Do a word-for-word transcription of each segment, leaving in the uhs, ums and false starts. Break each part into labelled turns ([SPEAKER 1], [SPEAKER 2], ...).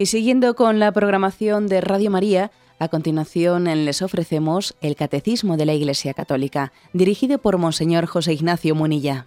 [SPEAKER 1] Y siguiendo con la programación de Radio María, a continuación les ofrecemos el Catecismo de la Iglesia Católica, dirigido por Monseñor José Ignacio Munilla.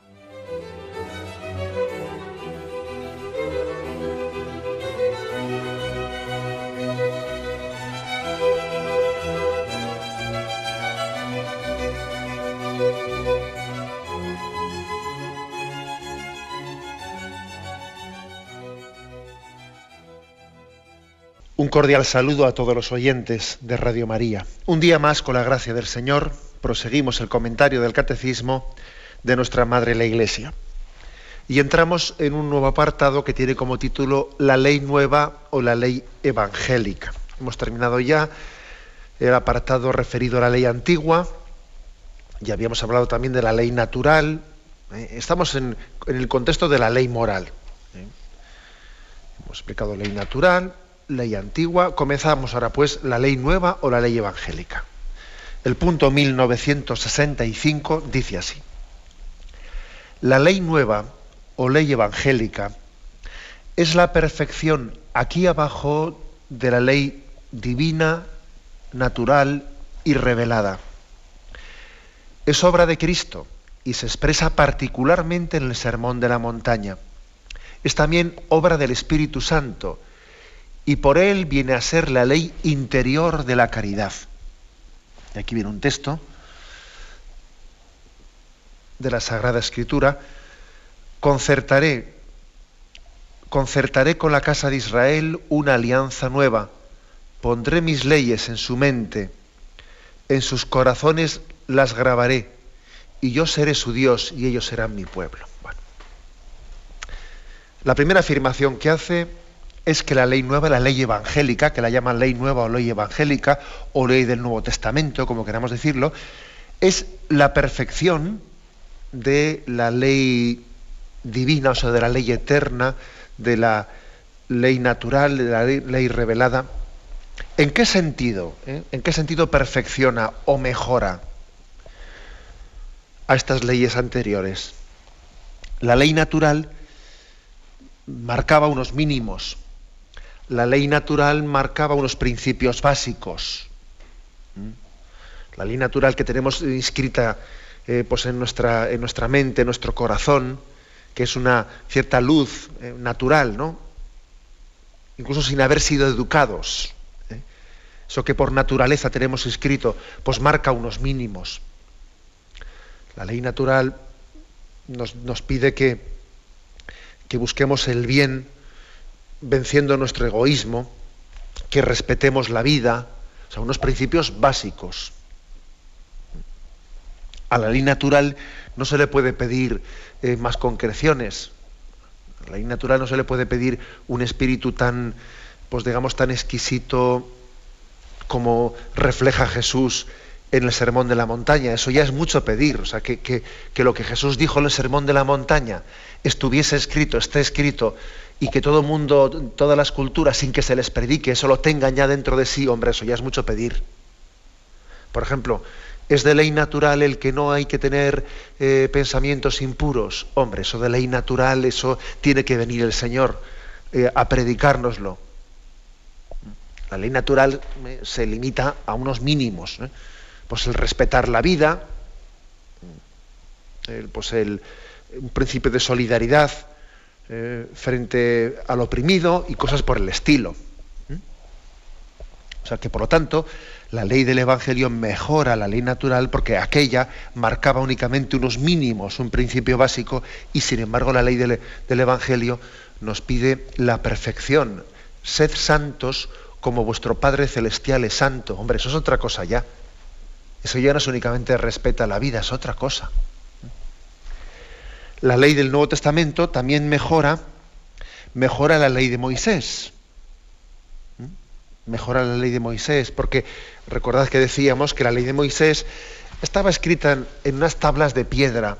[SPEAKER 2] Un cordial saludo a todos los oyentes de Radio María. Un día más, con la gracia del Señor, proseguimos el comentario del Catecismo de nuestra Madre la Iglesia. Y entramos en un nuevo apartado que tiene como título La Ley Nueva o la Ley Evangélica. Hemos terminado ya el apartado referido a la Ley Antigua. Ya habíamos hablado también de la Ley Natural. ¿eh? Estamos en, en el contexto de la Ley Moral. ¿eh? Hemos explicado Ley Natural, Ley Antigua. Comenzamos ahora pues la Ley Nueva o la Ley Evangélica. El punto mil novecientos sesenta y cinco dice así: la Ley Nueva o Ley Evangélica es la perfección aquí abajo de la ley divina, natural y revelada. Es obra de Cristo y se expresa particularmente en el Sermón de la Montaña. Es también obra del Espíritu Santo, y por él viene a ser la ley interior de la caridad. Y aquí viene un texto de la Sagrada Escritura: concertaré, concertaré con la casa de Israel una alianza nueva, pondré mis leyes en su mente, en sus corazones las grabaré, y yo seré su Dios y ellos serán mi pueblo. Bueno. La primera afirmación que hace es que la ley nueva, la ley evangélica, que la llaman ley nueva o ley evangélica, o ley del Nuevo Testamento, como queramos decirlo, es la perfección de la ley divina, o sea, de la ley eterna, de la ley natural, de la ley, ley revelada. ¿En qué sentido? eh? ¿En qué sentido perfecciona o mejora a estas leyes anteriores? La ley natural marcaba unos mínimos. La ley natural marcaba unos principios básicos. La ley natural que tenemos inscrita eh, pues en, nuestra, en nuestra mente, en nuestro corazón, que es una cierta luz eh, natural, ¿no? Incluso sin haber sido educados. ¿eh? Eso que por naturaleza tenemos inscrito, pues marca unos mínimos. La ley natural nos, nos pide que, que busquemos el bien venciendo nuestro egoísmo, que respetemos la vida, o sea, unos principios básicos. A la ley natural no se le puede pedir eh, más concreciones. A la ley natural no se le puede pedir un espíritu tan, pues digamos, tan exquisito como refleja Jesús en el Sermón de la Montaña. Eso ya es mucho pedir. O sea, que, que, que lo que Jesús dijo en el Sermón de la Montaña estuviese escrito, esté escrito, y que todo el mundo, todas las culturas, sin que se les predique, eso lo tengan ya dentro de sí, hombre, eso ya es mucho pedir. Por ejemplo, ¿es de ley natural el que no hay que tener eh, pensamientos impuros? Hombre, eso de ley natural, eso tiene que venir el Señor eh, a predicárnoslo. La ley natural eh, se limita a unos mínimos, ¿eh? Pues el respetar la vida, el, pues el, un principio de solidaridad eh, frente al oprimido y cosas por el estilo. ¿eh? O sea que, por lo tanto, la ley del Evangelio mejora la ley natural porque aquella marcaba únicamente unos mínimos, un principio básico, y sin embargo la ley del, del Evangelio nos pide la perfección. Sed santos como vuestro Padre Celestial es santo. Hombre, eso es otra cosa ya. Eso ya no es únicamente respeta la vida, es otra cosa. La ley del Nuevo Testamento también mejora, mejora la ley de Moisés. Mejora la ley de Moisés, porque recordad que decíamos que la ley de Moisés estaba escrita en, en unas tablas de piedra.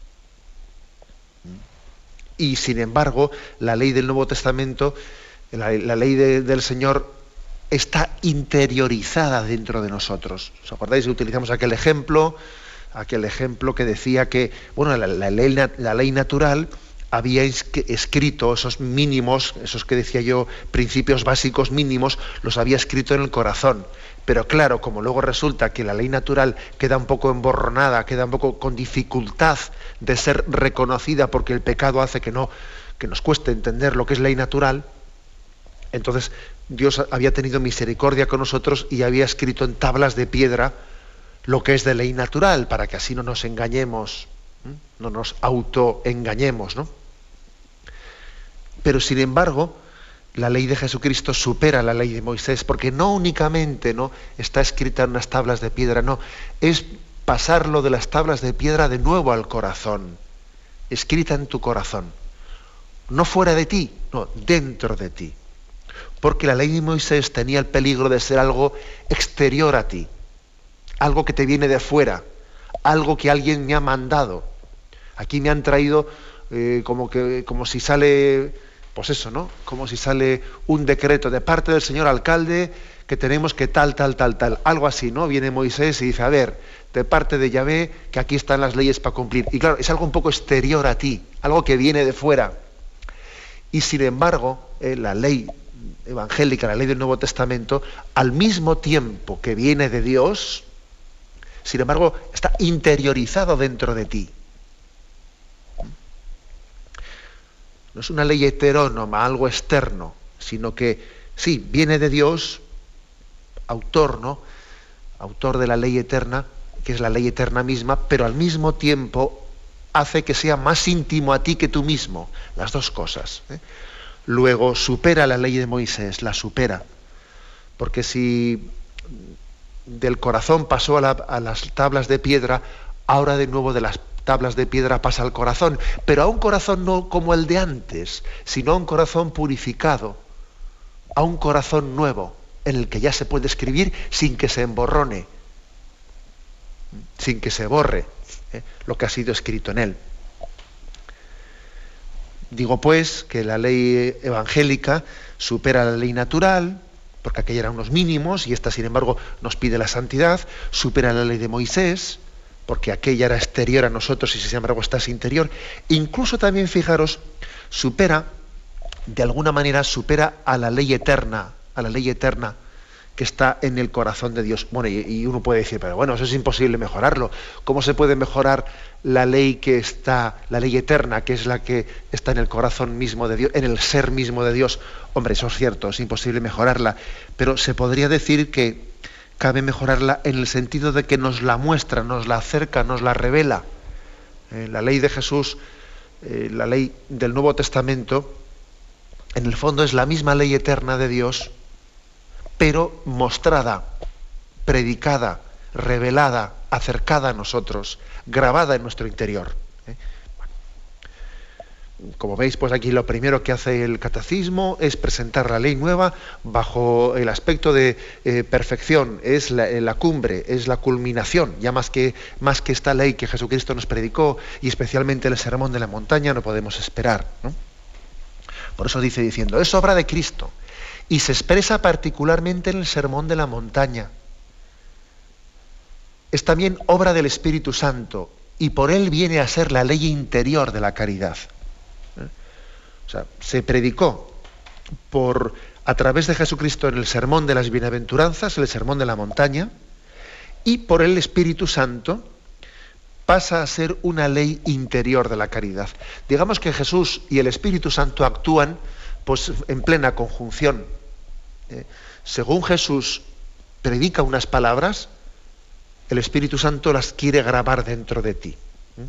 [SPEAKER 2] Y sin embargo, la ley del Nuevo Testamento, la, la ley de, del Señor, está interiorizada dentro de nosotros. ¿Os acordáis? Utilizamos aquel ejemplo, aquel ejemplo que decía que, bueno, la, la, ley, la ley natural había escrito esos mínimos, esos que decía yo, principios básicos mínimos, los había escrito en el corazón. Pero claro, como luego resulta que la ley natural queda un poco emborronada, queda un poco con dificultad de ser reconocida porque el pecado hace que no, que nos cueste entender lo que es ley natural, entonces Dios había tenido misericordia con nosotros y había escrito en tablas de piedra lo que es de ley natural, para que así no nos engañemos, ¿eh? no nos autoengañemos, ¿no? Pero sin embargo, la ley de Jesucristo supera la ley de Moisés, porque no únicamente, ¿no?, está escrita en unas tablas de piedra, no, es pasarlo de las tablas de piedra de nuevo al corazón, escrita en tu corazón, no fuera de ti, no, dentro de ti, porque la ley de Moisés tenía el peligro de ser algo exterior a ti, algo que te viene de fuera, algo que alguien me ha mandado. Aquí me han traído eh, como que como si sale, pues eso, ¿no? Como si sale un decreto de parte del señor alcalde que tenemos que tal, tal, tal, tal. Algo así, ¿no? Viene Moisés y dice, a ver, de parte de Yahvé, que aquí están las leyes para cumplir. Y claro, es algo un poco exterior a ti, algo que viene de fuera. Y sin embargo, eh, la ley evangélica, la ley del Nuevo Testamento, al mismo tiempo que viene de Dios, sin embargo, está interiorizado dentro de ti. No es una ley heterónoma, algo externo, sino que sí, viene de Dios, autor, ¿no? Autor de la ley eterna, que es la ley eterna misma, pero al mismo tiempo hace que sea más íntimo a ti que tú mismo. Las dos cosas, ¿eh? Luego supera la ley de Moisés, la supera. Porque si del corazón pasó a, la, a las tablas de piedra, ahora de nuevo de las tablas de piedra pasa al corazón, pero a un corazón no como el de antes, sino a un corazón purificado, a un corazón nuevo, en el que ya se puede escribir sin que se emborrone, sin que se borre, ¿eh?, lo que ha sido escrito en él. Digo pues que la ley evangélica supera la ley natural, porque aquella eran unos mínimos y esta, sin embargo, nos pide la santidad, supera la ley de Moisés, porque aquella era exterior a nosotros y sin embargo esta es interior. Incluso también, fijaros, supera, de alguna manera, supera a la ley eterna, a la ley eterna que está en el corazón de Dios. Bueno, y, y uno puede decir, pero bueno, eso es imposible mejorarlo. ¿Cómo se puede mejorar la ley que está, la ley eterna, que es la que está en el corazón mismo de Dios, en el ser mismo de Dios? Hombre, eso es cierto, es imposible mejorarla, pero se podría decir que cabe mejorarla en el sentido de que nos la muestra, nos la acerca, nos la revela. Eh, la ley de Jesús, eh, la ley del Nuevo Testamento, en el fondo es la misma ley eterna de Dios, pero mostrada, predicada, revelada, acercada a nosotros, grabada en nuestro interior. ¿eh? Como veis, pues aquí lo primero que hace el catecismo es presentar la ley nueva bajo el aspecto de eh, perfección, es la, la cumbre, es la culminación, ya más que, más que esta ley que Jesucristo nos predicó, y especialmente el sermón de la montaña, no podemos esperar, ¿no? Por eso dice diciendo, es obra de Cristo, y se expresa particularmente en el sermón de la montaña. Es también obra del Espíritu Santo, y por él viene a ser la ley interior de la caridad. O sea, se predicó por, a través de Jesucristo en el sermón de las bienaventuranzas, el sermón de la montaña, y por el Espíritu Santo pasa a ser una ley interior de la caridad. Digamos que Jesús y el Espíritu Santo actúan pues, en plena conjunción. Eh, según Jesús predica unas palabras, el Espíritu Santo las quiere grabar dentro de ti.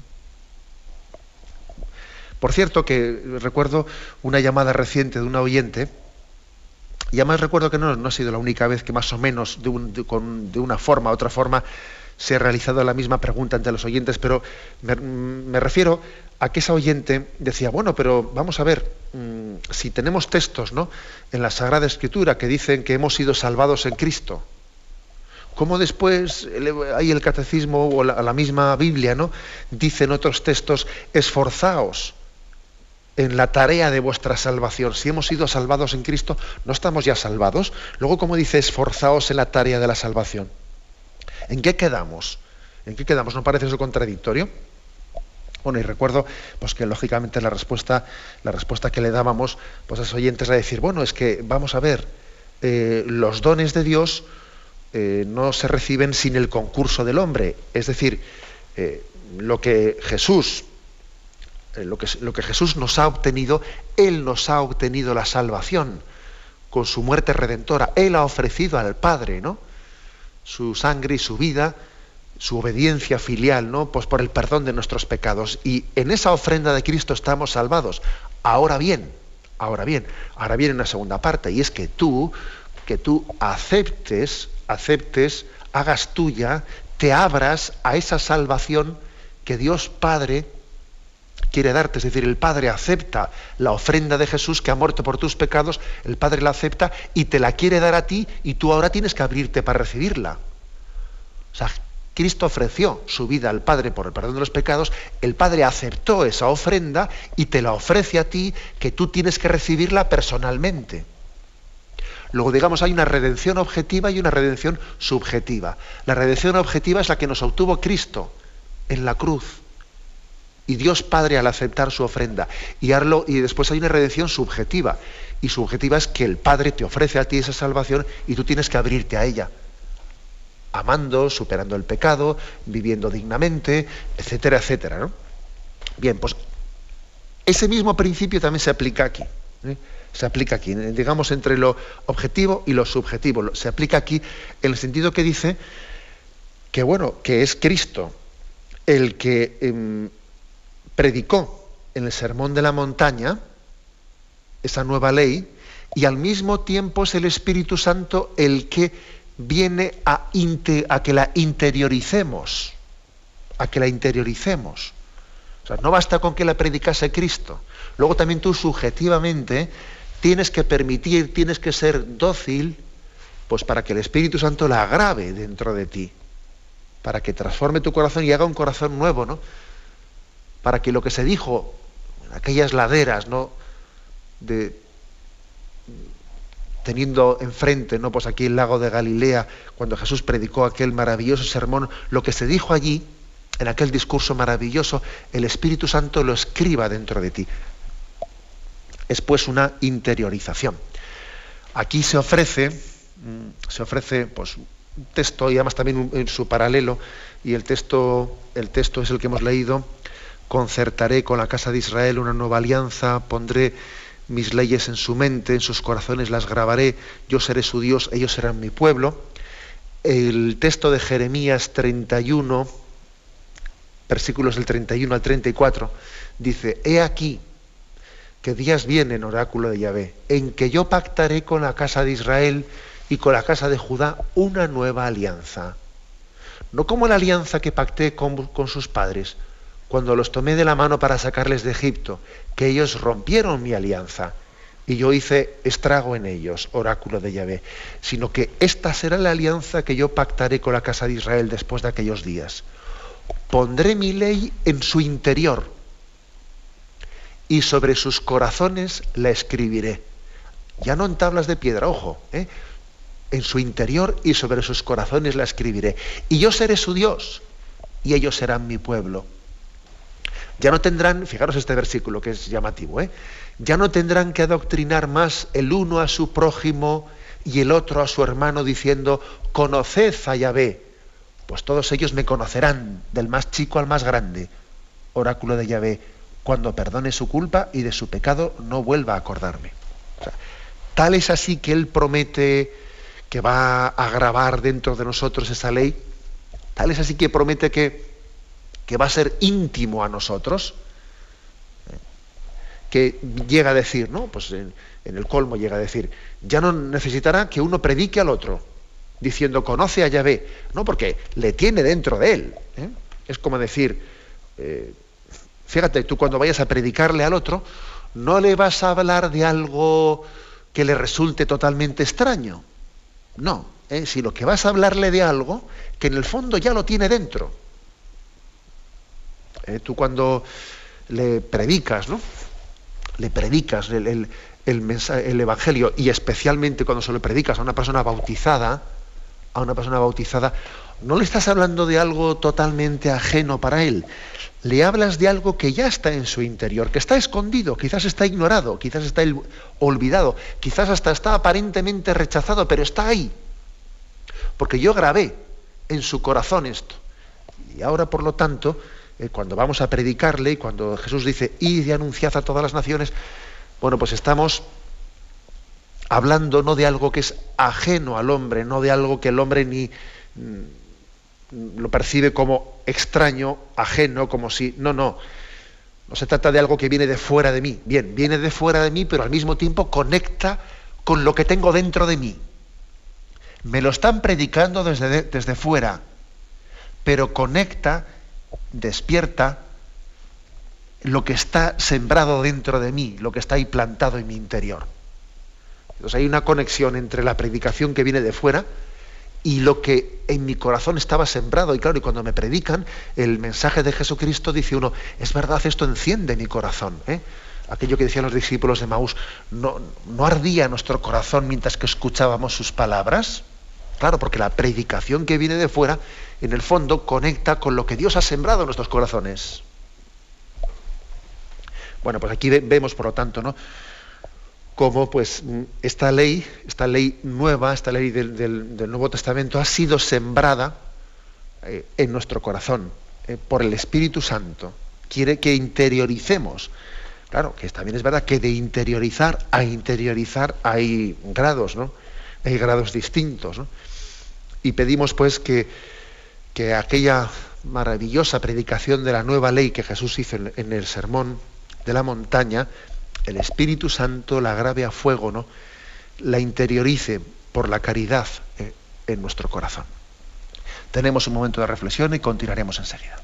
[SPEAKER 2] Por cierto, que recuerdo una llamada reciente de una oyente, y además recuerdo que no, no ha sido la única vez que más o menos de, un, de, con, de una forma u otra forma se ha realizado la misma pregunta entre los oyentes, pero me, me refiero a que esa oyente decía, bueno, pero vamos a ver, mmm, si tenemos textos, ¿no?, en la Sagrada Escritura que dicen que hemos sido salvados en Cristo, ¿cómo después hay el catecismo o la, la misma Biblia, ¿no?, dicen otros textos, esforzaos en la tarea de vuestra salvación? Si hemos sido salvados en Cristo, ¿no estamos ya salvados? Luego, ¿cómo dice esforzaos en la tarea de la salvación? ¿En qué quedamos? ¿En qué quedamos? ¿No parece eso contradictorio? Bueno, y recuerdo pues que lógicamente la respuesta, la respuesta que le dábamos pues, a esos oyentes era decir, bueno, es que vamos a ver, eh, los dones de Dios eh, no se reciben sin el concurso del hombre. Es decir, eh, lo que Jesús, eh, lo que, lo que Jesús nos ha obtenido, Él nos ha obtenido la salvación con su muerte redentora. Él ha ofrecido al Padre, ¿no?, su sangre y su vida, su obediencia filial, ¿no?, pues por el perdón de nuestros pecados. Y en esa ofrenda de Cristo estamos salvados. Ahora bien, ahora bien, ahora viene una segunda parte, y es que tú, que tú aceptes, aceptes, hagas tuya, te abras a esa salvación que Dios Padre quiere darte. Es decir, el Padre acepta la ofrenda de Jesús que ha muerto por tus pecados, el Padre la acepta y te la quiere dar a ti, y tú ahora tienes que abrirte para recibirla. O sea, Cristo ofreció su vida al Padre por el perdón de los pecados, el Padre aceptó esa ofrenda y te la ofrece a ti, que tú tienes que recibirla personalmente. Luego, digamos, hay una redención objetiva y una redención subjetiva. La redención objetiva es la que nos obtuvo Cristo en la cruz, y Dios Padre al aceptar su ofrenda. Y, harlo, y después hay una redención subjetiva, y subjetiva es que el Padre te ofrece a ti esa salvación y tú tienes que abrirte a ella, amando, superando el pecado, viviendo dignamente, etcétera, etcétera, ¿no? Bien, pues ese mismo principio también se aplica aquí, ¿eh? Se aplica aquí, digamos, entre lo objetivo y lo subjetivo. Se aplica aquí en el sentido que dice que, bueno, que es Cristo el que eh, predicó en el Sermón de la Montaña esa nueva ley, y al mismo tiempo es el Espíritu Santo el que viene a, inte, a que la interioricemos, a que la interioricemos. O sea, no basta con que la predicase Cristo. Luego también tú subjetivamente tienes que permitir, tienes que ser dócil, pues para que el Espíritu Santo la grave dentro de ti, para que transforme tu corazón y haga un corazón nuevo, ¿no? Para que lo que se dijo en aquellas laderas, ¿no?, de teniendo enfrente, ¿no?, pues aquí el lago de Galilea, cuando Jesús predicó aquel maravilloso sermón, lo que se dijo allí, en aquel discurso maravilloso, el Espíritu Santo lo escriba dentro de ti. Es pues una interiorización. Aquí se ofrece, se ofrece pues, un texto, y además también en su paralelo, y el texto, el texto es el que hemos leído: concertaré con la casa de Israel una nueva alianza, pondré mis leyes en su mente, en sus corazones las grabaré, yo seré su Dios, ellos serán mi pueblo. El texto de Jeremías treinta y uno, versículos del treinta y uno al treinta y cuatro, dice: he aquí que días vienen, oráculo de Yahvé, en que yo pactaré con la casa de Israel y con la casa de Judá una nueva alianza. No como la alianza que pacté con, con sus padres, cuando los tomé de la mano para sacarles de Egipto, que ellos rompieron mi alianza, y yo hice estrago en ellos, oráculo de Yahvé, sino que esta será la alianza que yo pactaré con la casa de Israel después de aquellos días. Pondré mi ley en su interior, y sobre sus corazones la escribiré. Ya no en tablas de piedra, ojo, ¿eh? En su interior y sobre sus corazones la escribiré. Y yo seré su Dios, y ellos serán mi pueblo. Ya no tendrán, fijaros este versículo que es llamativo, ¿eh? Ya no tendrán que adoctrinar más el uno a su prójimo y el otro a su hermano, diciendo: conoced a Yahvé, pues todos ellos me conocerán, del más chico al más grande, oráculo de Yahvé, cuando perdone su culpa y de su pecado no vuelva a acordarme. O sea, tal es así que él promete que va a grabar dentro de nosotros esa ley, tal es así que promete que, que va a ser íntimo a nosotros, que llega a decir, ¿no? Pues en, en el colmo llega a decir, ya no necesitará que uno predique al otro, diciendo conoce a Yahvé, no, porque le tiene dentro de él, ¿eh? Es como decir, eh, fíjate, tú cuando vayas a predicarle al otro, no le vas a hablar de algo que le resulte totalmente extraño, no, ¿eh? Sino que vas a hablarle de algo que en el fondo ya lo tiene dentro. Eh, tú cuando le predicas, ¿no? Le predicas el, el, el, mensaje, el Evangelio, y especialmente cuando se lo predicas a una persona bautizada, a una persona bautizada, no le estás hablando de algo totalmente ajeno para él. Le hablas de algo que ya está en su interior, que está escondido, quizás está ignorado, quizás está olvidado, quizás hasta está aparentemente rechazado, pero está ahí. Porque yo grabé en su corazón esto. Y ahora, por lo tanto, eh, cuando vamos a predicarle, cuando Jesús dice, id y anunciad a todas las naciones, bueno, pues estamos hablando no de algo que es ajeno al hombre, no de algo que el hombre ni mm, lo percibe como extraño, ajeno, como si... No, no. No se trata de algo que viene de fuera de mí. Bien, viene de fuera de mí, pero al mismo tiempo conecta con lo que tengo dentro de mí. Me lo están predicando desde, de, desde fuera, pero conecta, despierta lo que está sembrado dentro de mí, lo que está ahí plantado en mi interior. Entonces hay una conexión entre la predicación que viene de fuera y lo que en mi corazón estaba sembrado. Y claro, y cuando me predican el mensaje de Jesucristo, dice uno, es verdad, esto enciende mi corazón, ¿eh? Aquello que decían los discípulos de Maús, ¿no, no ardía nuestro corazón mientras que escuchábamos sus palabras? Claro, porque la predicación que viene de fuera, en el fondo, conecta con lo que Dios ha sembrado en nuestros corazones. Bueno, pues aquí vemos, por lo tanto, ¿no?, cómo pues esta ley, esta ley nueva, esta ley del, del, del Nuevo Testamento ha sido sembrada eh, en nuestro corazón eh, por el Espíritu Santo. Quiere que interioricemos. Claro, que también es verdad que de interiorizar a interiorizar hay grados, ¿no? Hay grados distintos, ¿no? Y pedimos pues que, que aquella maravillosa predicación de la nueva ley que Jesús hizo en, en el Sermón de la Montaña, el Espíritu Santo la grave a fuego, ¿no?, la interiorice por la caridad eh, en nuestro corazón. Tenemos un momento de reflexión y continuaremos enseguida.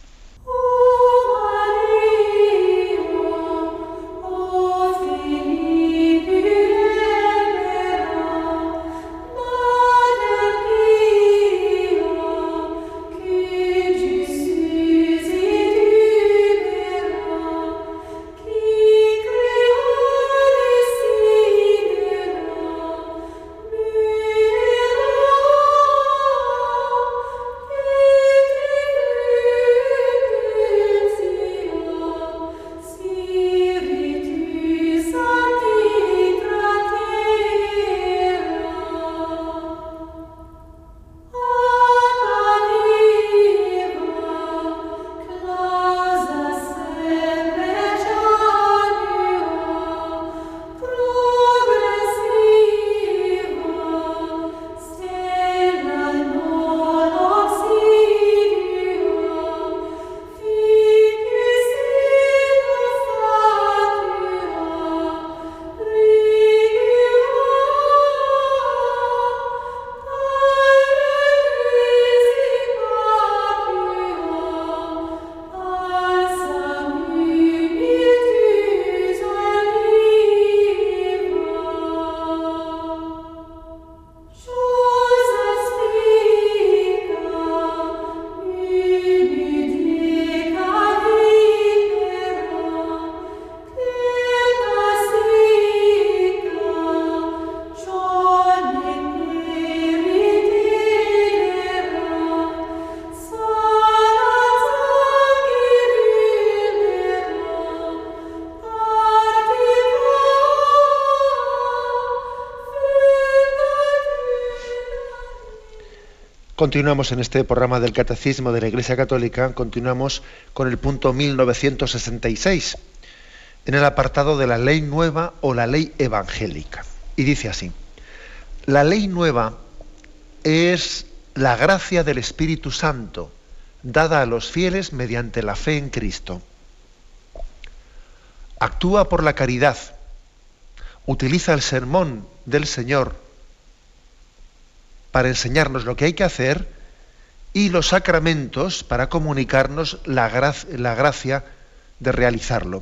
[SPEAKER 2] Continuamos en este programa del Catecismo de la Iglesia Católica, continuamos con el punto mil novecientos sesenta y seis, en el apartado de la ley nueva o la ley evangélica. Y dice así: la ley nueva es la gracia del Espíritu Santo, dada a los fieles mediante la fe en Cristo. Actúa por la caridad, utiliza el sermón del Señor para enseñarnos lo que hay que hacer y los sacramentos para comunicarnos la, gra la gracia de realizarlo.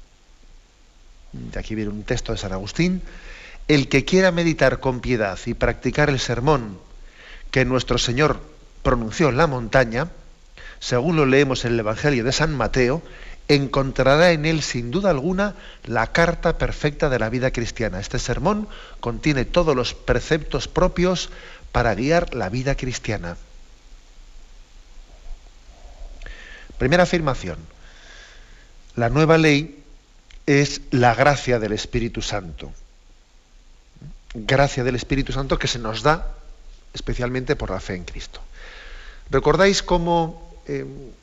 [SPEAKER 2] De aquí viene un texto de San Agustín: el que quiera meditar con piedad y practicar el sermón que nuestro Señor pronunció en la montaña, según lo leemos en el Evangelio de San Mateo, encontrará en él sin duda alguna la carta perfecta de la vida cristiana. Este sermón contiene todos los preceptos propios para guiar la vida cristiana. Primera afirmación. La nueva ley es la gracia del Espíritu Santo. Gracia del Espíritu Santo que se nos da especialmente por la fe en Cristo. ¿Recordáis cómo eh,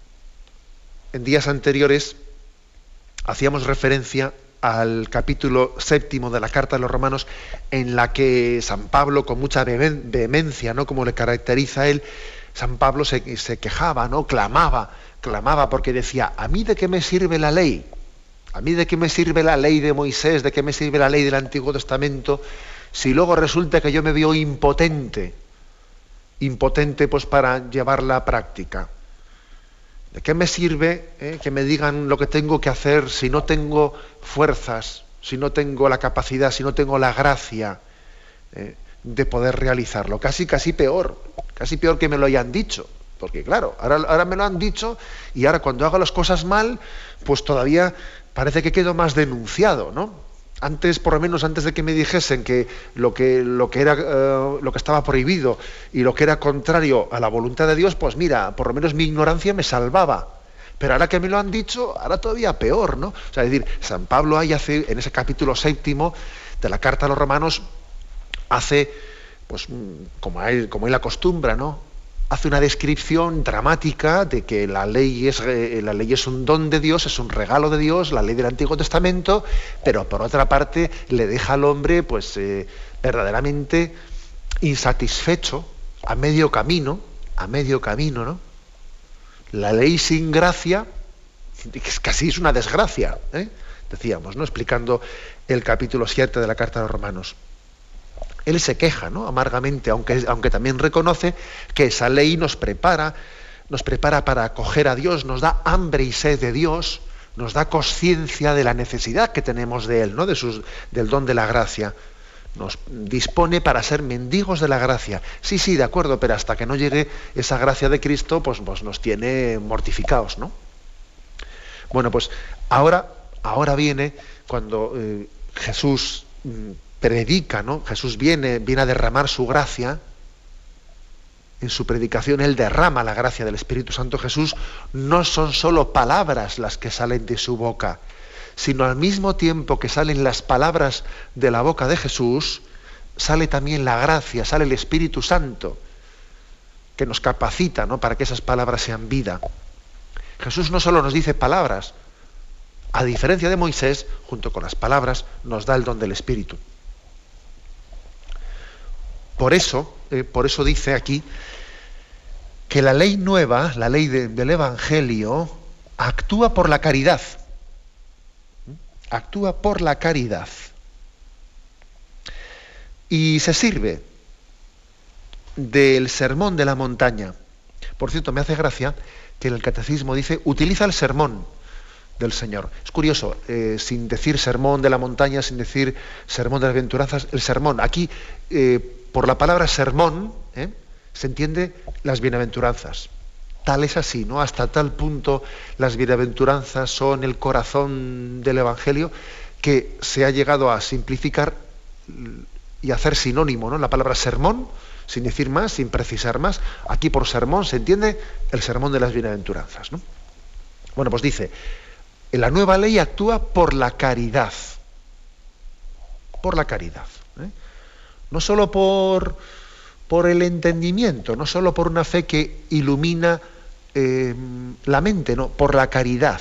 [SPEAKER 2] en días anteriores hacíamos referencia al capítulo séptimo de la Carta de los Romanos, en la que San Pablo, con mucha vehemencia, ¿no?, como le caracteriza a él, San Pablo se, se quejaba, ¿no?, clamaba, clamaba porque decía: ¿a mí de qué me sirve la ley? ¿A mí de qué me sirve la ley de Moisés? ¿De qué me sirve la ley del Antiguo Testamento? Si luego resulta que yo me veo impotente, impotente pues para llevarla a práctica. ¿De qué me sirve eh, que me digan lo que tengo que hacer si no tengo fuerzas, si no tengo la capacidad, si no tengo la gracia eh, de poder realizarlo? Casi, casi peor, casi peor que me lo hayan dicho. Porque claro, ahora, ahora me lo han dicho y ahora cuando hago las cosas mal, pues todavía parece que quedo más denunciado, ¿no? Antes, por lo menos antes de que me dijesen que lo que, lo que era uh, lo que estaba prohibido y lo que era contrario a la voluntad de Dios, pues mira, por lo menos mi ignorancia me salvaba. Pero ahora que me lo han dicho, ahora todavía peor, ¿no? O sea, es decir, San Pablo ahí hace, en ese capítulo séptimo de la Carta a los Romanos, hace, pues, como él, como él acostumbra, ¿no?, hace una descripción dramática de que la ley es eh, la ley es un don de Dios, es un regalo de Dios, la ley del Antiguo Testamento, pero por otra parte le deja al hombre pues eh, verdaderamente insatisfecho, a medio camino, a medio camino, ¿no? La ley sin gracia, que casi es una desgracia, ¿eh? Decíamos, ¿no?, explicando el capítulo siete de la Carta a los Romanos. Él se queja, ¿no?, amargamente, aunque, aunque también reconoce que esa ley nos prepara, nos prepara para acoger a Dios, nos da hambre y sed de Dios, nos da conciencia de la necesidad que tenemos de Él, ¿no?, de sus, del don de la gracia. Nos dispone para ser mendigos de la gracia. Sí, sí, de acuerdo, pero hasta que no llegue esa gracia de Cristo, pues, pues nos tiene mortificados, ¿no? Bueno, pues ahora, ahora viene cuando eh, Jesús predica, ¿no? Jesús viene, viene a derramar su gracia. En su predicación él derrama la gracia del Espíritu Santo. Jesús no son solo palabras las que salen de su boca, sino al mismo tiempo que salen las palabras de la boca de Jesús, sale también la gracia, sale el Espíritu Santo, que nos capacita, ¿no?, para que esas palabras sean vida. Jesús no solo nos dice palabras, a diferencia de Moisés, junto con las palabras, nos da el don del Espíritu. Por eso, eh, por eso dice aquí que la ley nueva, la ley de, del Evangelio, actúa por la caridad. Actúa por la caridad. Y se sirve del sermón de la montaña. Por cierto, me hace gracia que en el catecismo dice, utiliza el sermón del Señor. Es curioso, eh, sin decir sermón de la montaña, sin decir sermón de las bienaventuranzas, el sermón. Aquí, eh, por la palabra sermón, ¿eh?, se entiende las bienaventuranzas. Tal es así, ¿no? Hasta tal punto las bienaventuranzas son el corazón del Evangelio que se ha llegado a simplificar y hacer sinónimo, ¿no?, la palabra sermón, sin decir más, sin precisar más. Aquí por sermón se entiende el sermón de las bienaventuranzas, ¿no? Bueno, pues dice, la nueva ley actúa por la caridad. Por la caridad. ¿eh? No solo por, por el entendimiento, no solo por una fe que ilumina eh, la mente, no, por la caridad,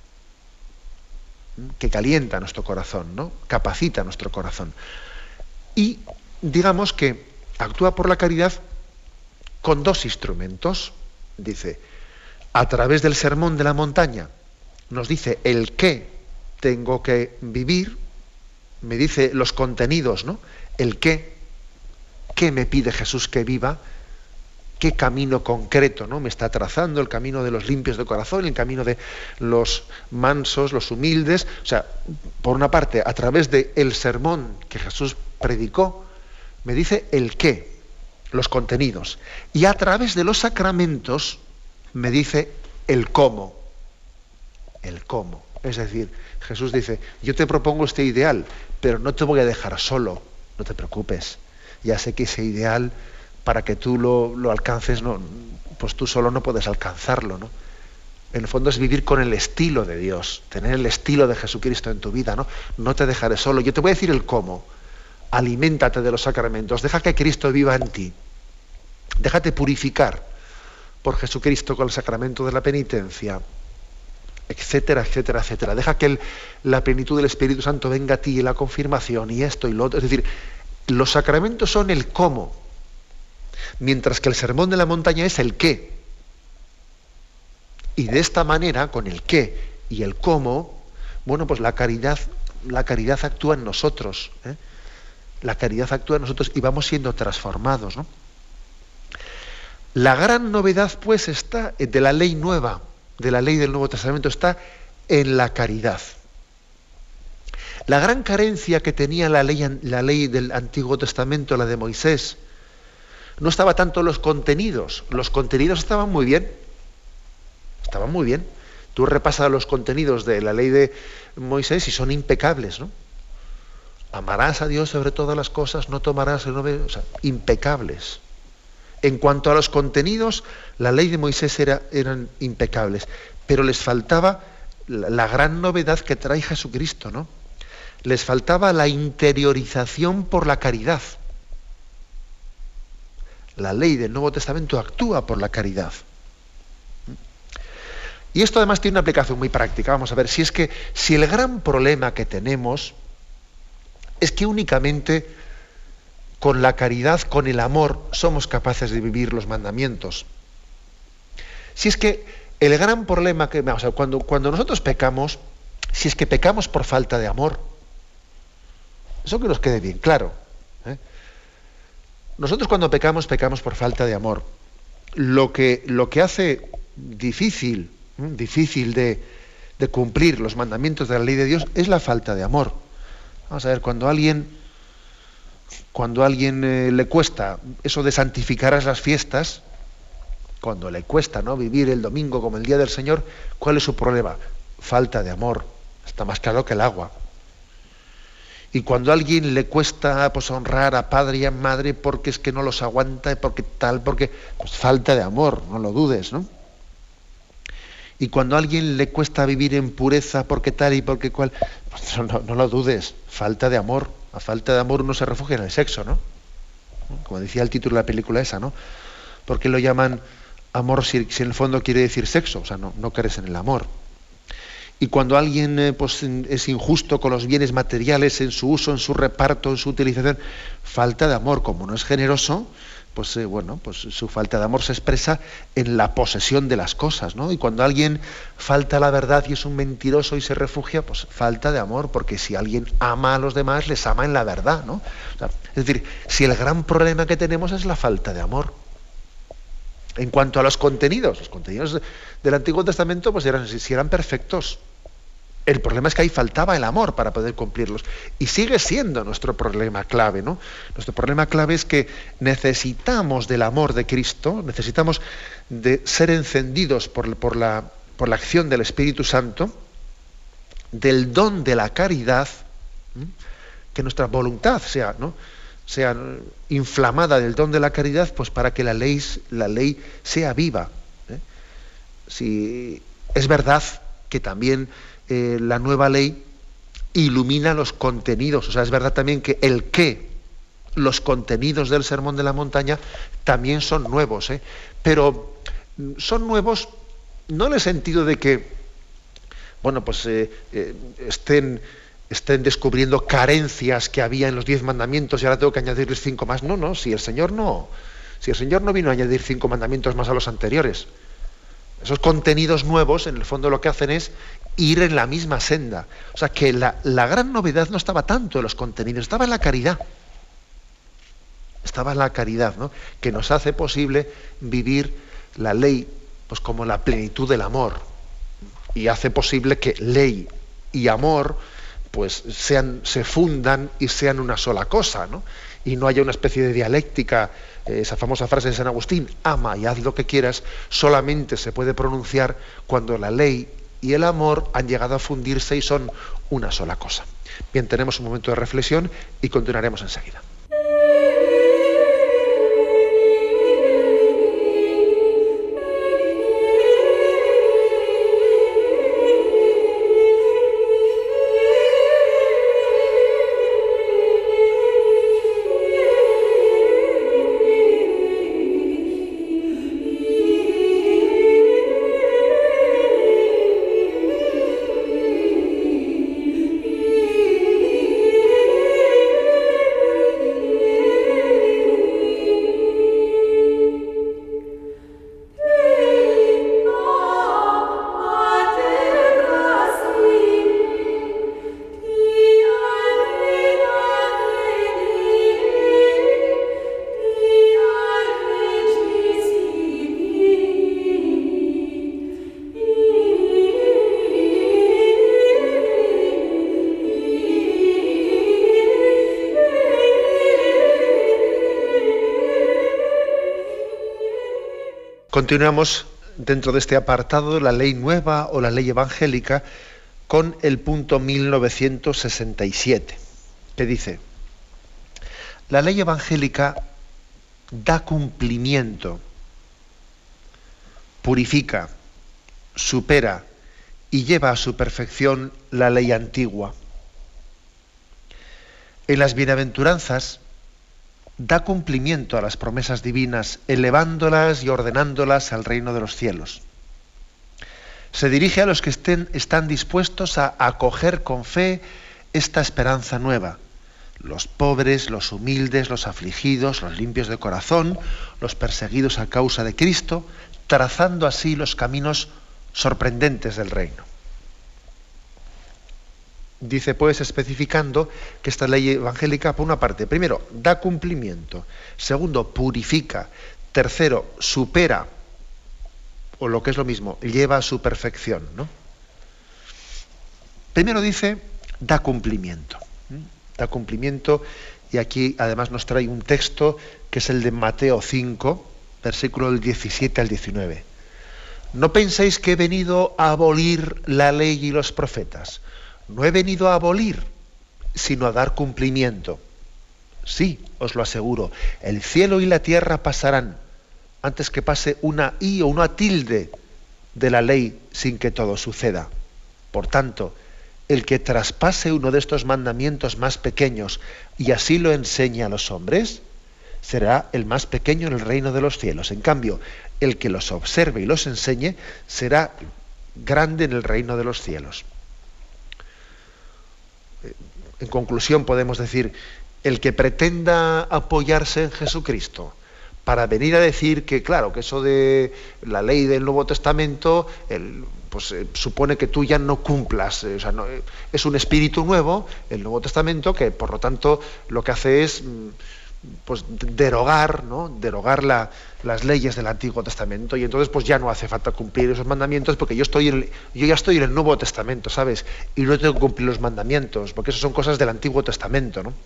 [SPEAKER 2] que calienta nuestro corazón, ¿no?, capacita nuestro corazón. Y digamos que actúa por la caridad con dos instrumentos. Dice, a través del sermón de la montaña, nos dice el qué tengo que vivir, me dice los contenidos, ¿no?, el qué, qué me pide Jesús que viva, qué camino concreto, ¿no?, me está trazando, el camino de los limpios de corazón, el camino de los mansos, los humildes. O sea, por una parte, a través del sermón que Jesús predicó, me dice el qué, los contenidos. Y a través de los sacramentos me dice el cómo. El cómo. Es decir, Jesús dice, yo te propongo este ideal, pero no te voy a dejar solo, no te preocupes. Ya sé que ese ideal, para que tú lo, lo alcances, no, pues tú solo no puedes alcanzarlo, ¿no? En el fondo es vivir con el estilo de Dios, tener el estilo de Jesucristo en tu vida, ¿no? No te dejaré solo. Yo te voy a decir el cómo. Aliméntate de los sacramentos, deja que Cristo viva en ti. Déjate purificar por Jesucristo con el sacramento de la penitencia, etcétera, etcétera, etcétera. Deja que el, la plenitud del Espíritu Santo venga a ti, la confirmación y esto y lo otro. Es decir, los sacramentos son el cómo, mientras que el sermón de la montaña es el qué. Y de esta manera, con el qué y el cómo, bueno, pues la caridad, la caridad actúa en nosotros, ¿eh? La caridad actúa en nosotros y vamos siendo transformados, ¿no? La gran novedad, pues, está de la ley nueva, de la ley del Nuevo Testamento, está en la caridad. La gran carencia que tenía la ley, la ley del Antiguo Testamento, la de Moisés, no estaba tanto en los contenidos. Los contenidos estaban muy bien. Estaban muy bien. Tú repasas los contenidos de la ley de Moisés y son impecables, ¿no? Amarás a Dios sobre todas las cosas, no tomarás el nombre, o sea, impecables. En cuanto a los contenidos, la ley de Moisés era, eran impecables, pero les faltaba la, la gran novedad que trae Jesucristo, ¿no? Les faltaba la interiorización por la caridad. La ley del Nuevo Testamento actúa por la caridad. Y esto además tiene una aplicación muy práctica. Vamos a ver, si es que si el gran problema que tenemos es que únicamente con la caridad, con el amor, somos capaces de vivir los mandamientos. Si es que el gran problema que, o sea, cuando, cuando nosotros pecamos, si es que pecamos por falta de amor, eso que nos quede bien claro, ¿eh? Nosotros cuando pecamos, pecamos por falta de amor. Lo que, lo que hace difícil, ¿eh? difícil de, de cumplir los mandamientos de la ley de Dios es la falta de amor. Vamos a ver, cuando a alguien, cuando a alguien eh, le cuesta eso de santificar las fiestas, cuando le cuesta, ¿no?, vivir el domingo como el día del Señor, ¿cuál es su problema? Falta de amor. Está más claro que el agua. Y cuando a alguien le cuesta, pues, honrar a padre y a madre porque es que no los aguanta, porque tal, porque pues falta de amor, no lo dudes, ¿no? Y cuando a alguien le cuesta vivir en pureza porque tal y porque cual, pues no, no lo dudes, falta de amor. A falta de amor uno se refugia en el sexo, ¿no? Como decía el título de la película esa, ¿no? ¿Por qué lo llaman amor si, si en el fondo quiere decir sexo? O sea, no, no crees en el amor. Y cuando alguien eh, pues, es injusto con los bienes materiales en su uso, en su reparto, en su utilización, falta de amor. Como no es generoso, pues eh, bueno, pues su falta de amor se expresa en la posesión de las cosas, ¿no? Y cuando alguien falta la verdad y es un mentiroso y se refugia, pues falta de amor, porque si alguien ama a los demás, les ama en la verdad, ¿no? O sea, es decir, si el gran problema que tenemos es la falta de amor. En cuanto a los contenidos, los contenidos del Antiguo Testamento, pues eran, si eran perfectos. El problema es que ahí faltaba el amor para poder cumplirlos. Y sigue siendo nuestro problema clave, ¿no? Nuestro problema clave es que necesitamos del amor de Cristo, necesitamos de ser encendidos por, por, la, por la acción del Espíritu Santo, del don de la caridad, ¿sí?, que nuestra voluntad sea, ¿no?, sea inflamada del don de la caridad, pues para que la ley, la ley sea viva, ¿eh? Si es verdad que también eh, la nueva ley ilumina los contenidos, o sea, es verdad también que el qué, los contenidos del Sermón de la Montaña también son nuevos, ¿eh? Pero son nuevos no en el sentido de que, bueno, pues eh, eh, estén estén descubriendo carencias que había en los diez mandamientos y ahora tengo que añadirles cinco más. No, no, si el Señor no, si el Señor no vino a añadir cinco mandamientos más a los anteriores. Esos contenidos nuevos, en el fondo, lo que hacen es ir en la misma senda. O sea, que la, la gran novedad no estaba tanto en los contenidos, estaba en la caridad. Estaba en la caridad, ¿no?, que nos hace posible vivir la ley, pues, como la plenitud del amor. Y hace posible que ley y amor pues sean, se fundan y sean una sola cosa, ¿no? Y no haya una especie de dialéctica, eh, esa famosa frase de San Agustín, ama y haz lo que quieras, solamente se puede pronunciar cuando la ley y el amor han llegado a fundirse y son una sola cosa. Bien, tenemos un momento de reflexión y continuaremos enseguida. Continuamos dentro de este apartado, la ley nueva o la ley evangélica, con el punto mil novecientos sesenta y siete, que dice: la ley evangélica da cumplimiento, purifica, supera y lleva a su perfección la ley antigua. En las bienaventuranzas da cumplimiento a las promesas divinas, elevándolas y ordenándolas al reino de los cielos. Se dirige a los que estén, están dispuestos a acoger con fe esta esperanza nueva: los pobres, los humildes, los afligidos, los limpios de corazón, los perseguidos a causa de Cristo, trazando así los caminos sorprendentes del reino. Dice pues, especificando, que esta ley evangélica, por una parte, primero, da cumplimiento; segundo, purifica; tercero, supera, o lo que es lo mismo, lleva a su perfección, ¿no? Primero dice, da cumplimiento. Da cumplimiento, y aquí además nos trae un texto que es el de Mateo cinco, versículo del diecisiete al diecinueve. No penséis que he venido a abolir la ley y los profetas. No he venido a abolir, sino a dar cumplimiento. Sí, os lo aseguro, el cielo y la tierra pasarán antes que pase una i o una tilde de la ley sin que todo suceda. Por tanto, el que traspase uno de estos mandamientos más pequeños y así lo enseñe a los hombres, será el más pequeño en el reino de los cielos. En cambio, el que los observe y los enseñe será grande en el reino de los cielos. En conclusión, podemos decir, el que pretenda apoyarse en Jesucristo para venir a decir que, claro, que eso de la ley del Nuevo Testamento, el, pues eh, supone que tú ya no cumplas, eh, o sea, no, eh, es un espíritu nuevo, el Nuevo Testamento, que por lo tanto lo que hace es mm, pues derogar, ¿no? derogar la, las leyes del Antiguo Testamento, y entonces pues ya no hace falta cumplir esos mandamientos porque yo estoy en el, yo ya estoy en el Nuevo Testamento, ¿sabes? Y no tengo que cumplir los mandamientos, porque eso son cosas del Antiguo Testamento, ¿no?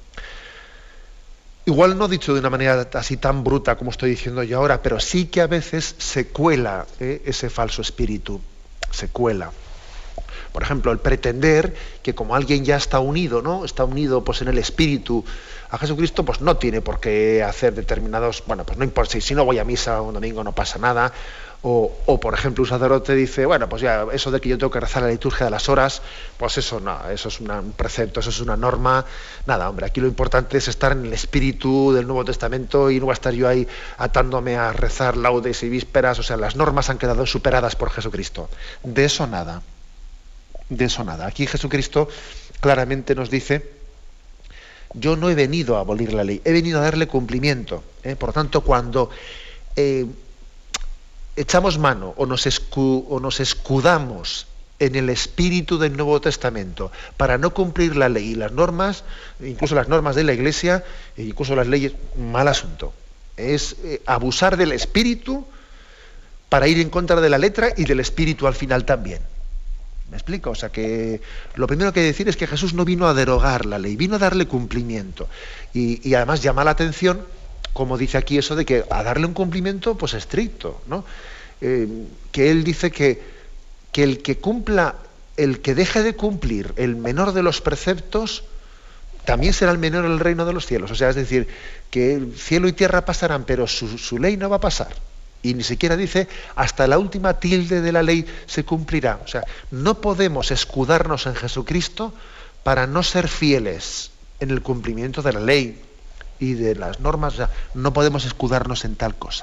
[SPEAKER 2] Igual no dicho de una manera así tan bruta como estoy diciendo yo ahora, pero sí que a veces se cuela ¿eh? ese falso espíritu, se cuela. Por ejemplo, el pretender que como alguien ya está unido, ¿no? Está unido pues en el espíritu a Jesucristo, pues no tiene por qué hacer determinados, bueno, pues no importa, si, si no voy a misa un domingo no pasa nada. O, o por ejemplo, un sacerdote dice, bueno, pues ya, eso de que yo tengo que rezar la liturgia de las horas, pues eso no, eso es una, un precepto, eso es una norma. Nada, hombre, aquí lo importante es estar en el espíritu del Nuevo Testamento y no va a estar yo ahí atándome a rezar laudes y vísperas. O sea, las normas han quedado superadas por Jesucristo. De eso nada. De eso nada. Aquí Jesucristo claramente nos dice: yo no he venido a abolir la ley, he venido a darle cumplimiento. ¿eh? Por lo tanto, cuando eh, echamos mano o nos, escu o nos escudamos en el espíritu del Nuevo Testamento para no cumplir la ley y las normas, incluso las normas de la Iglesia, e incluso las leyes, mal asunto. Es eh, abusar del espíritu para ir en contra de la letra y del espíritu al final también. ¿Me explico? O sea que lo primero que hay que decir es que Jesús no vino a derogar la ley, vino a darle cumplimiento. Y, y además llama la atención, como dice aquí eso de que a darle un cumplimiento pues estricto, ¿no? Eh, que él dice que, que el que cumpla, el que deje de cumplir el menor de los preceptos, también será el menor en el reino de los cielos. O sea, es decir, que el cielo y tierra pasarán, pero su, su ley no va a pasar. Y ni siquiera dice, hasta la última tilde de la ley se cumplirá. O sea, no podemos escudarnos en Jesucristo para no ser fieles en el cumplimiento de la ley y de las normas. O sea, no podemos escudarnos en tal cosa.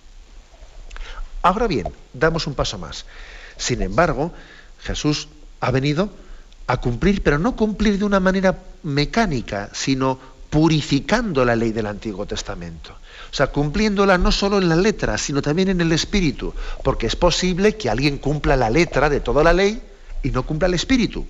[SPEAKER 2] Ahora bien, damos un paso más. Sin embargo, Jesús ha venido a cumplir, pero no cumplir de una manera mecánica, sino purificando la ley del Antiguo Testamento. O sea, cumpliéndola no solo en la letra, sino también en el espíritu, porque es posible que alguien cumpla la letra de toda la ley y no cumpla el espíritu.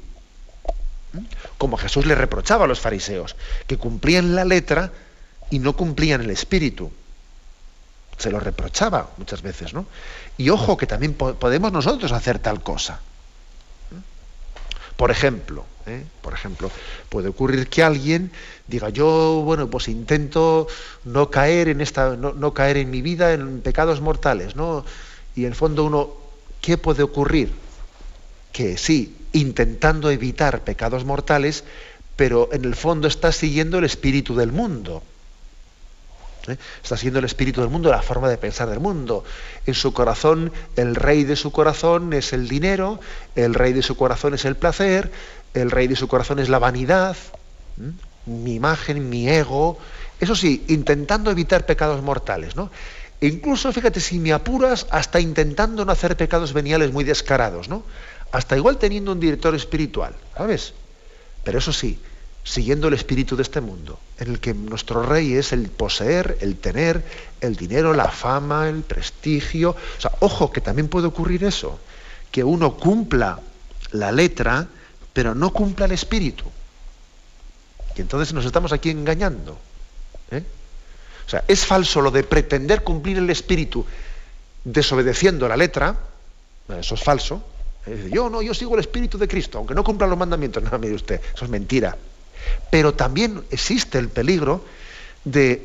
[SPEAKER 2] Como Jesús le reprochaba a los fariseos, que cumplían la letra y no cumplían el espíritu. Se lo reprochaba muchas veces, ¿no? Y ojo, que también po- podemos nosotros hacer tal cosa. Por ejemplo, ¿eh? Por ejemplo, puede ocurrir que alguien diga, yo, bueno, pues intento no caer en esta, no, no caer en mi vida en pecados mortales, ¿no? Y en el fondo uno, ¿qué puede ocurrir? Que sí, intentando evitar pecados mortales, pero en el fondo está siguiendo el espíritu del mundo. ¿Eh? Está siguiendo el espíritu del mundo, la forma de pensar del mundo. En su corazón, el rey de su corazón es el dinero, el rey de su corazón es el placer, el rey de su corazón es la vanidad, ¿eh? Mi imagen, mi ego. Eso sí, intentando evitar pecados mortales, ¿no? E incluso, fíjate, si me apuras, hasta intentando no hacer pecados veniales muy descarados, ¿no? Hasta igual teniendo un director espiritual, ¿sabes? Pero eso sí, siguiendo el espíritu de este mundo, en el que nuestro rey es el poseer, el tener, el dinero, la fama, el prestigio. O sea, ojo, que también puede ocurrir eso, que uno cumpla la letra, pero no cumpla el espíritu. Y entonces nos estamos aquí engañando. ¿eh? O sea, es falso lo de pretender cumplir el espíritu desobedeciendo la letra. Eso es falso. Yo no, yo sigo el espíritu de Cristo, aunque no cumpla los mandamientos. No, mire usted, eso es mentira. Pero también existe el peligro de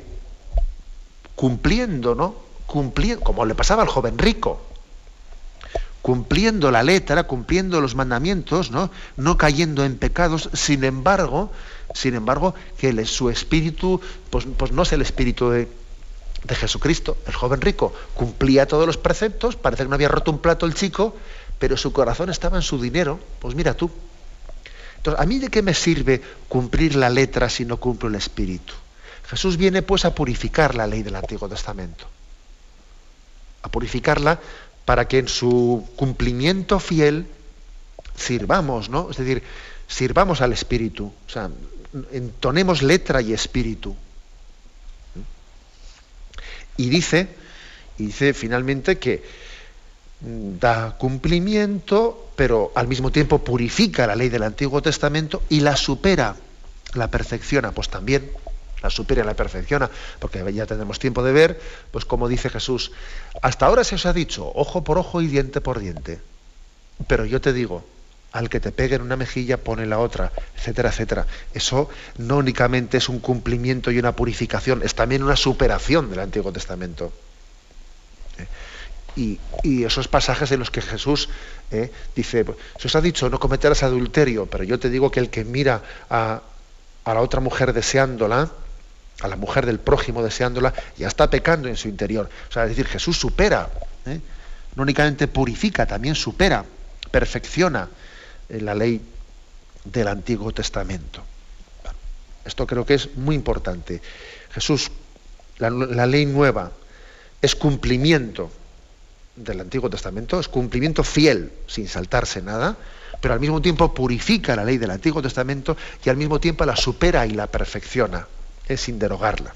[SPEAKER 2] cumpliendo, ¿no? Cumpliendo, como le pasaba al joven rico, cumpliendo la letra, cumpliendo los mandamientos, ¿no? No cayendo en pecados. Sin embargo, sin embargo, que el, su espíritu, pues, pues no es el espíritu de, de Jesucristo. El joven rico cumplía todos los preceptos, parece que no había roto un plato el chico, pero su corazón estaba en su dinero. Pues mira tú. Entonces, ¿a mí de qué me sirve cumplir la letra si no cumplo el espíritu? Jesús viene pues a purificar la ley del Antiguo Testamento. A purificarla para que en su cumplimiento fiel sirvamos, ¿no? Es decir, sirvamos al espíritu. O sea, entonemos letra y espíritu. Y dice, y dice finalmente que da cumplimiento, pero al mismo tiempo purifica la ley del Antiguo Testamento y la supera, la perfecciona, pues también la supera y la perfecciona, porque ya tendremos tiempo de ver, pues como dice Jesús, hasta ahora se os ha dicho ojo por ojo y diente por diente, pero yo te digo, al que te pegue en una mejilla pone la otra, etcétera, etcétera. Eso no únicamente es un cumplimiento y una purificación, es también una superación del Antiguo Testamento. ¿Eh? Y, y esos pasajes en los que Jesús eh, dice, se os ha dicho no cometerás adulterio, pero yo te digo que el que mira a, a la otra mujer deseándola, a la mujer del prójimo deseándola, ya está pecando en su interior. O sea, es decir, Jesús supera, ¿eh? no únicamente purifica, también supera, perfecciona eh, la ley del Antiguo Testamento. Bueno, esto creo que es muy importante. Jesús, la, la ley nueva, es cumplimiento del Antiguo Testamento, es cumplimiento fiel, sin saltarse nada, pero al mismo tiempo purifica la ley del Antiguo Testamento y al mismo tiempo la supera y la perfecciona, eh, sin derogarla.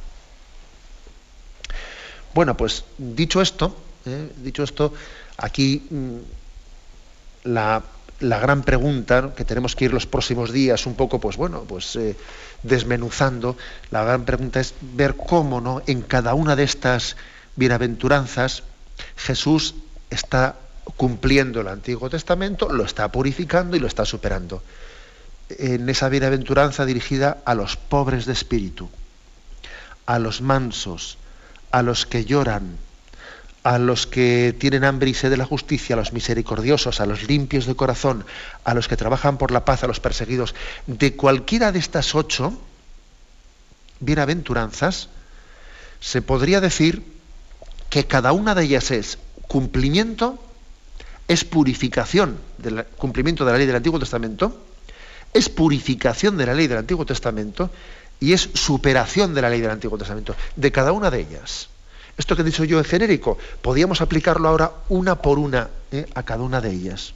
[SPEAKER 2] Bueno, pues dicho esto, eh, dicho esto, aquí mmm, la, la gran pregunta, ¿no?, que tenemos que ir los próximos días un poco, pues bueno, pues eh, desmenuzando, la gran pregunta es ver cómo, ¿no?, en cada una de estas bienaventuranzas Jesús está cumpliendo el Antiguo Testamento, lo está purificando y lo está superando. En esa bienaventuranza dirigida a los pobres de espíritu, a los mansos, a los que lloran, a los que tienen hambre y sed de la justicia, a los misericordiosos, a los limpios de corazón, a los que trabajan por la paz, a los perseguidos. De cualquiera de estas ocho bienaventuranzas se podría decir que cada una de ellas es cumplimiento, es purificación del cumplimiento de la ley del Antiguo Testamento, es purificación de la ley del Antiguo Testamento y es superación de la ley del Antiguo Testamento, de cada una de ellas. Esto que he dicho yo en genérico, podríamos aplicarlo ahora una por una ¿eh? a cada una de ellas.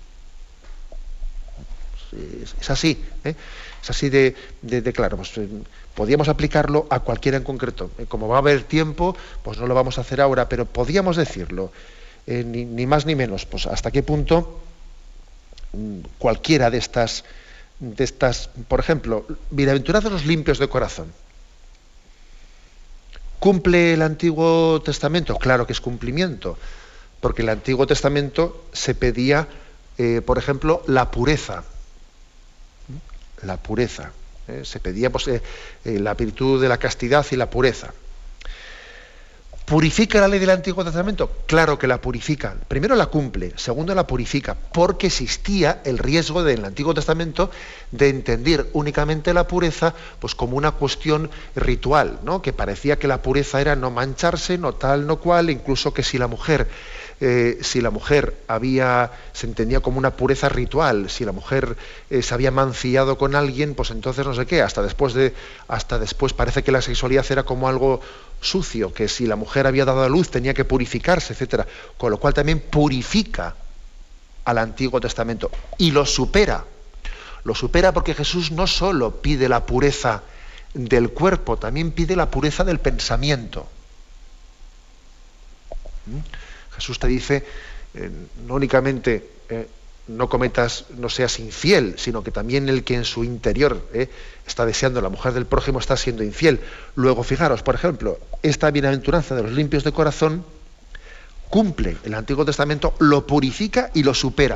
[SPEAKER 2] Es, es así, ¿eh? es así de, de, de claro. Pues, eh, podríamos aplicarlo a cualquiera en concreto. Eh, como va a haber tiempo, pues no lo vamos a hacer ahora, pero podríamos decirlo, eh, ni, ni más ni menos, pues hasta qué punto mmm, cualquiera de estas, de estas, por ejemplo, bienaventurados los limpios de corazón. ¿Cumple el Antiguo Testamento? Claro que es cumplimiento, porque el Antiguo Testamento se pedía, eh, por ejemplo, la pureza. la pureza. ¿eh? Se pedía pues, eh, eh, la virtud de la castidad y la pureza. ¿Purifica la ley del Antiguo Testamento? Claro que la purifica. Primero la cumple, segundo la purifica, porque existía el riesgo del Antiguo Testamento de entender únicamente la pureza pues como una cuestión ritual, ¿no? Que parecía que la pureza era no mancharse, no tal, no cual, incluso que si la mujer, eh, si la mujer había, se entendía como una pureza ritual, si la mujer eh, se había mancillado con alguien, pues entonces no sé qué, hasta después de, hasta después parece que la sexualidad era como algo sucio, que si la mujer había dado a luz tenía que purificarse, etcétera. Con lo cual también purifica al Antiguo Testamento y lo supera. Lo supera porque Jesús no solo pide la pureza del cuerpo, también pide la pureza del pensamiento. ¿Mm? Jesús te dice, eh, no únicamente eh, no cometas, no seas infiel, sino que también el que en su interior eh, está deseando la mujer del prójimo está siendo infiel. Luego, fijaros, por ejemplo, esta bienaventuranza de los limpios de corazón cumple el Antiguo Testamento, lo purifica y lo supera.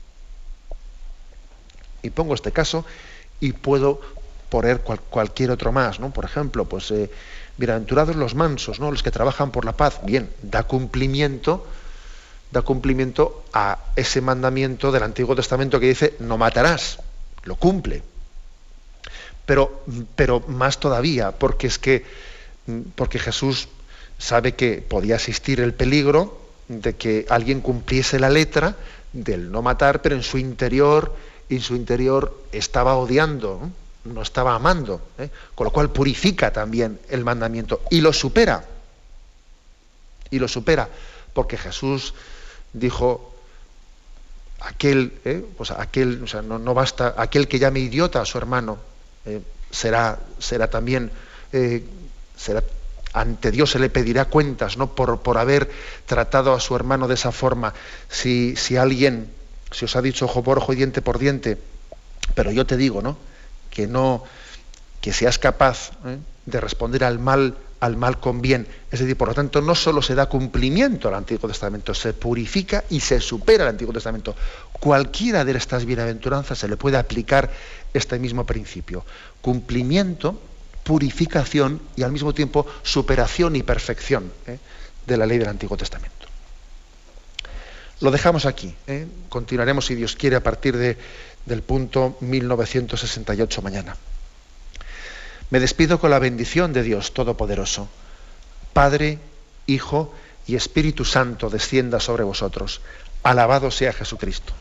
[SPEAKER 2] Y pongo este caso y puedo poner cual, cualquier otro más, ¿no? Por ejemplo, pues eh, bienaventurados los mansos, ¿no? Los que trabajan por la paz. Bien, da cumplimiento da cumplimiento a ese mandamiento del Antiguo Testamento que dice no matarás, lo cumple. Pero, pero más todavía, porque es que porque Jesús sabe que podía existir el peligro de que alguien cumpliese la letra del no matar, pero en su interior, en su interior estaba odiando, no, no estaba amando, ¿eh? Con lo cual purifica también el mandamiento y lo supera. Y lo supera, porque Jesús dijo, aquel, eh, pues aquel, o sea, no, no basta, aquel que llame idiota a su hermano, eh, será, será también, eh, será, ante Dios se le pedirá cuentas, ¿no? Por, por haber tratado a su hermano de esa forma. Si, si alguien, si os ha dicho ojo por ojo y diente por diente, pero yo te digo, ¿no? Que no, que seas capaz ¿eh? de responder al mal al mal con bien. Es decir, por lo tanto, no solo se da cumplimiento al Antiguo Testamento, se purifica y se supera al Antiguo Testamento. Cualquiera de estas bienaventuranzas se le puede aplicar este mismo principio. Cumplimiento, purificación y al mismo tiempo superación y perfección ¿eh? de la ley del Antiguo Testamento. Lo dejamos aquí. ¿eh? Continuaremos, si Dios quiere, a partir de, del punto mil novecientos sesenta y ocho mañana. Me despido con la bendición de Dios Todopoderoso. Padre, Hijo y Espíritu Santo descienda sobre vosotros. Alabado sea Jesucristo.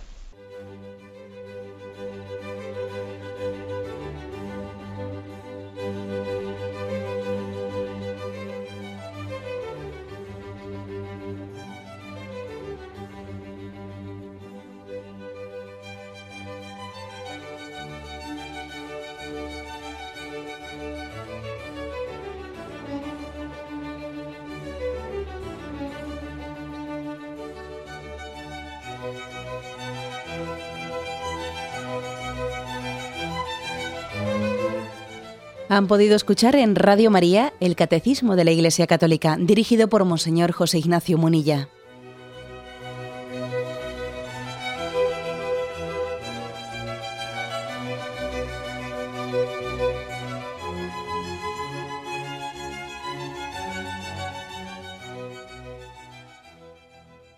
[SPEAKER 1] Han podido escuchar en Radio María el Catecismo de la Iglesia Católica, dirigido por Monseñor José Ignacio Munilla.